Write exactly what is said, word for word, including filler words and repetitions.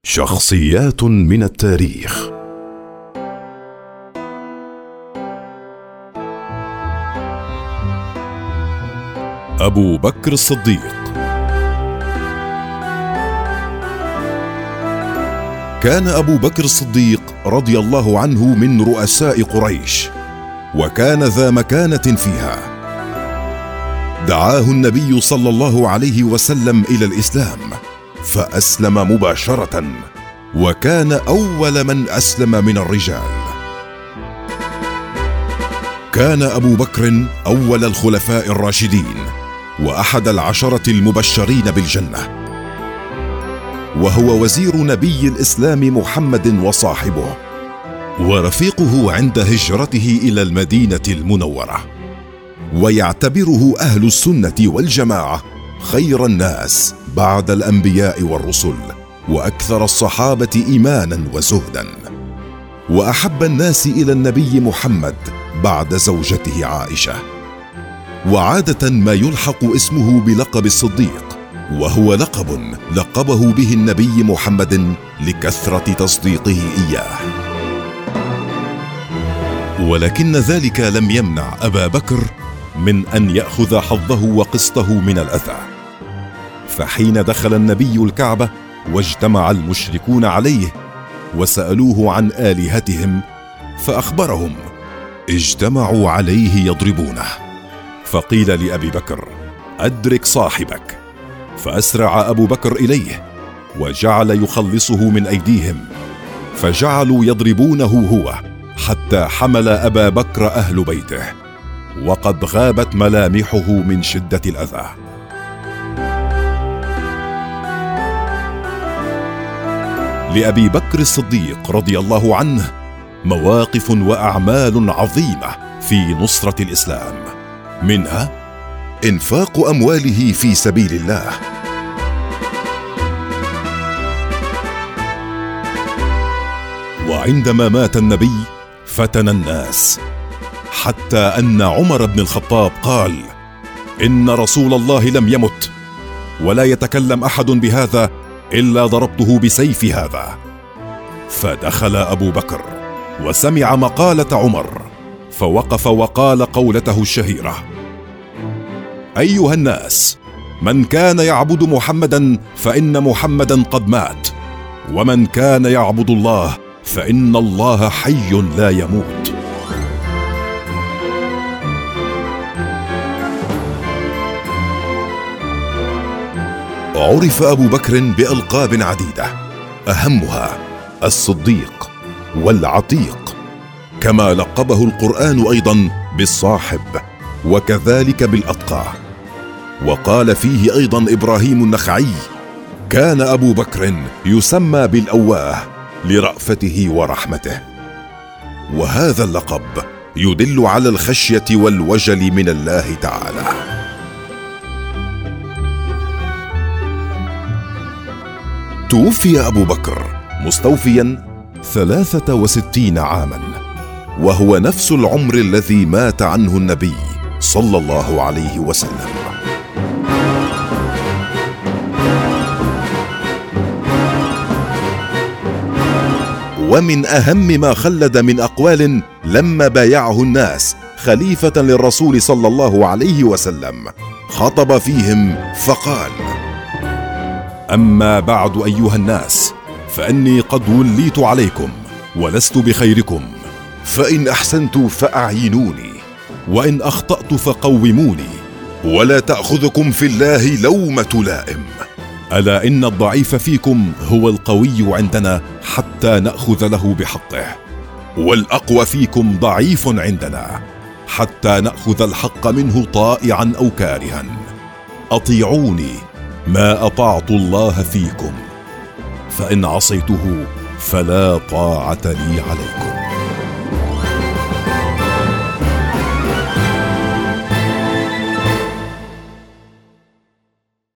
شخصيات من التاريخ. أبو بكر الصديق. كان أبو بكر الصديق رضي الله عنه من رؤساء قريش، وكان ذا مكانة فيها. دعاه النبي صلى الله عليه وسلم إلى الإسلام فأسلم مباشرة، وكان أول من أسلم من الرجال. كان أبو بكر أول الخلفاء الراشدين وأحد العشرة المبشرين بالجنة، وهو وزير نبي الإسلام محمد وصاحبه، ورفيقه عند هجرته إلى المدينة المنورة. ويعتبره أهل السنة والجماعة خير الناس بعد الأنبياء والرسل، وأكثر الصحابة إيمانا وزهدا، وأحب الناس إلى النبي محمد بعد زوجته عائشة. وعادة ما يلحق اسمه بلقب الصديق، وهو لقب لقبه به النبي محمد لكثرة تصديقه إياه. ولكن ذلك لم يمنع أبا بكر من أن يأخذ حظه وقسطه من الأذى. فحين دخل النبي الكعبة واجتمع المشركون عليه وسألوه عن آلهتهم، فأخبرهم: اجتمعوا عليه يضربونه. فقيل لأبي بكر: أدرك صاحبك. فأسرع أبو بكر إليه وجعل يخلصه من أيديهم، فجعلوا يضربونه هو حتى حمل أبا بكر أهل بيته، وقد غابت ملامحه من شدة الأذى. لأبي بكر الصديق رضي الله عنه مواقف وأعمال عظيمة في نصرة الإسلام، منها إنفاق أمواله في سبيل الله، وعندما مات النبي فتن الناس، حتى أن عمر بن الخطاب قال: إن رسول الله لم يمت، ولا يتكلم أحد بهذا إلا ضربته بسيف هذا. فدخل أبو بكر وسمع مقالة عمر، فوقف وقال قولته الشهيرة: أيها الناس، من كان يعبد محمدا فإن محمدا قد مات، ومن كان يعبد الله فإن الله حي لا يموت. عرف أبو بكر بألقاب عديدة، أهمها الصديق والعتيق، كما لقبه القرآن أيضا بالصاحب، وكذلك بالأتقى. وقال فيه أيضا إبراهيم النخعي: كان أبو بكر يسمى بالأواه لرأفته ورحمته. وهذا اللقب يدل على الخشية والوجل من الله تعالى. توفي أبو بكر مستوفيا ثلاثة وستين عاما، وهو نفس العمر الذي مات عنه النبي صلى الله عليه وسلم. ومن أهم ما خلد من أقوال لما بايعه الناس خليفة للرسول صلى الله عليه وسلم، خطب فيهم فقال: أما بعد أيها الناس، فأني قد وليت عليكم ولست بخيركم، فإن أحسنت فأعينوني، وإن أخطأت فقوموني، ولا تأخذكم في الله لومة لائم. ألا إن الضعيف فيكم هو القوي عندنا حتى نأخذ له بحقه، والأقوى فيكم ضعيف عندنا حتى نأخذ الحق منه طائعا أو كارها. أطيعوني ما أطعت الله فيكم، فإن عصيته فلا طاعة لي عليكم.